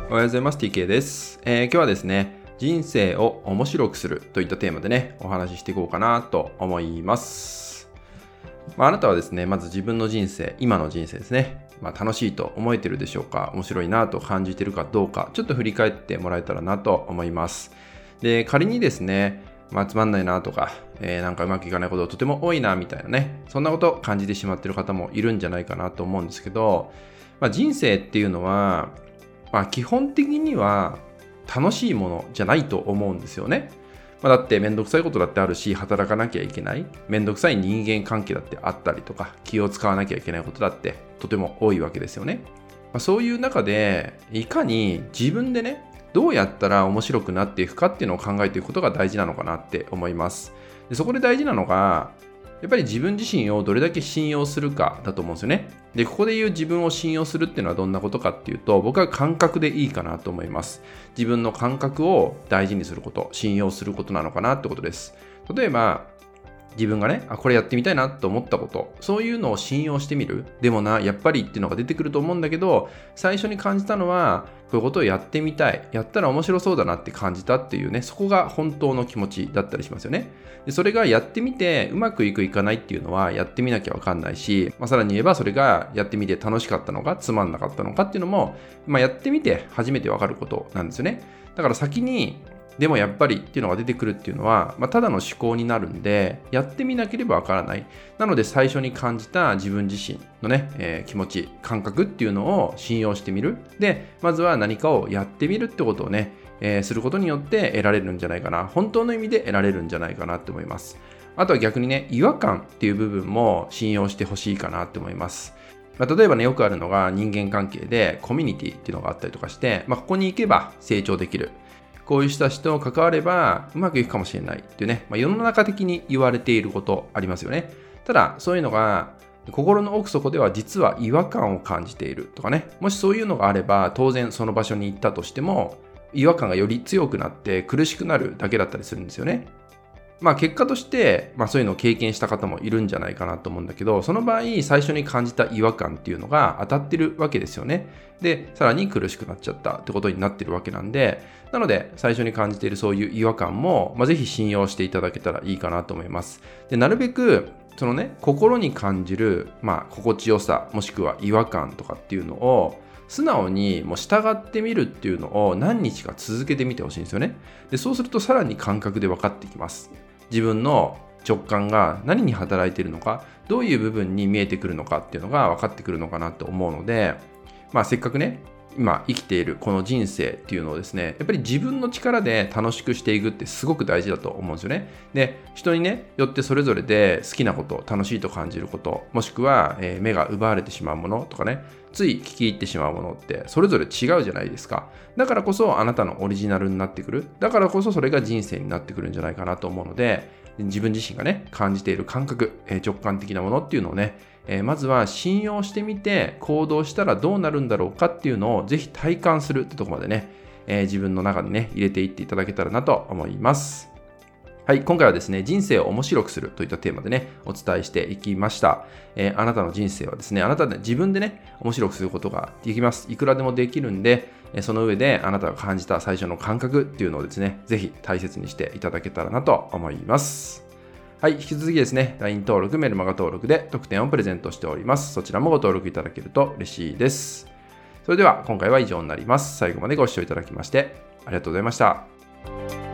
おはようございます。TK です。今日はですね、人生を面白くするといったテーマでね、お話ししていこうかなと思います。あなたはですね、まず自分の人生、今の人生ですね、楽しいと思えてるでしょうか、面白いなと感じてるかどうか、ちょっと振り返ってもらえたらなと思います。で、仮にですね、つまんないなとか、なんかうまくいかないこととても多いなみたいなね、そんなことを感じてしまっている方もいるんじゃないかなと思うんですけど、人生っていうのは、基本的には楽しいものじゃないと思うんですよね。だってめんどくさいことだってあるし、働かなきゃいけない、めんどくさい人間関係だってあったりとか、気を使わなきゃいけないことだってとても多いわけですよね。そういう中で、いかに自分でね、どうやったら面白くなっていくかっていうのを考えていくことが大事なのかなって思います。でそこで大事なのが、やっぱり自分自身をどれだけ信用するかだと思うんですよね。で、ここで言う自分を信用するっていうのはどんなことかっていうと、僕は感覚でいいかなと思います。自分の感覚を大事にすること、信用することなのかなってことです。例えば、自分がね、これやってみたいなと思ったこと、そういうのを信用してみる。でもな、やっぱりっていうのが出てくると思うんだけど、最初に感じたのは、こういうことをやってみたい。やったら面白そうだなって感じたっていうね、そこが本当の気持ちだったりしますよね。でそれがやってみてうまくいくいかないっていうのはやってみなきゃわかんないし、さらに言えばそれがやってみて楽しかったのかつまんなかったのかっていうのも、やってみて初めてわかることなんですよね。だから先にでもやっぱりっていうのが出てくるっていうのは、ただの思考になるんで、やってみなければわからない。なので最初に感じた自分自身のね、気持ち、感覚っていうのを信用してみる。で、まずは何かをやってみるってことをね、することによって得られるんじゃないかな。本当の意味で得られるんじゃないかなって思います。あとは逆にね、違和感っていう部分も信用してほしいかなって思います。例えばね、よくあるのが人間関係でコミュニティっていうのがあったりとかして、ここに行けば成長できる。こういう人たちと関わればうまくいくかもしれないっていうね、世の中的に言われていることありますよね。ただ、そういうのが心の奥底では実は違和感を感じているとかね、もしそういうのがあれば当然その場所に行ったとしても違和感がより強くなって苦しくなるだけだったりするんですよね。結果として、そういうのを経験した方もいるんじゃないかなと思うんだけど、その場合、最初に感じた違和感っていうのが当たってるわけですよね。で、さらに苦しくなっちゃったってことになってるわけなんで、なので、最初に感じているそういう違和感も、ぜひ信用していただけたらいいかなと思います。で、なるべく、そのね、心に感じる、心地よさ、もしくは違和感とかっていうのを、素直にもう従ってみるっていうのを何日か続けてみてほしいんですよね。で、そうするとさらに感覚で分かってきます。自分の直感が何に働いているのか、どういう部分に見えてくるのかっていうのが分かってくるのかなと思うので、せっかくね、今生きているこの人生っていうのをですね、やっぱり自分の力で楽しくしていくってすごく大事だと思うんですよね。で、人にね、よってそれぞれで好きなこと、楽しいと感じること、もしくは、目が奪われてしまうものとかね、つい聞き入ってしまうものってそれぞれ違うじゃないですか。だからこそあなたのオリジナルになってくる。だからこそそれが人生になってくるんじゃないかなと思うので、自分自身がね、感じている感覚、直感的なものっていうのをね、まずは信用してみて行動したらどうなるんだろうかっていうのをぜひ体感するってところまでね、自分の中にね、入れていっていただけたらなと思います。はい、今回はですね、人生を面白くするといったテーマでね、お伝えしていきました。あなたの人生はですね、あなたで自分でね、面白くすることができます。いくらでもできるんで、その上であなたが感じた最初の感覚っていうのをですね、ぜひ大切にしていただけたらなと思います。はい、引き続きですね、LINE 登録、メルマガ登録で特典をプレゼントしております。そちらもご登録いただけると嬉しいです。それでは今回は以上になります。最後までご視聴いただきましてありがとうございました。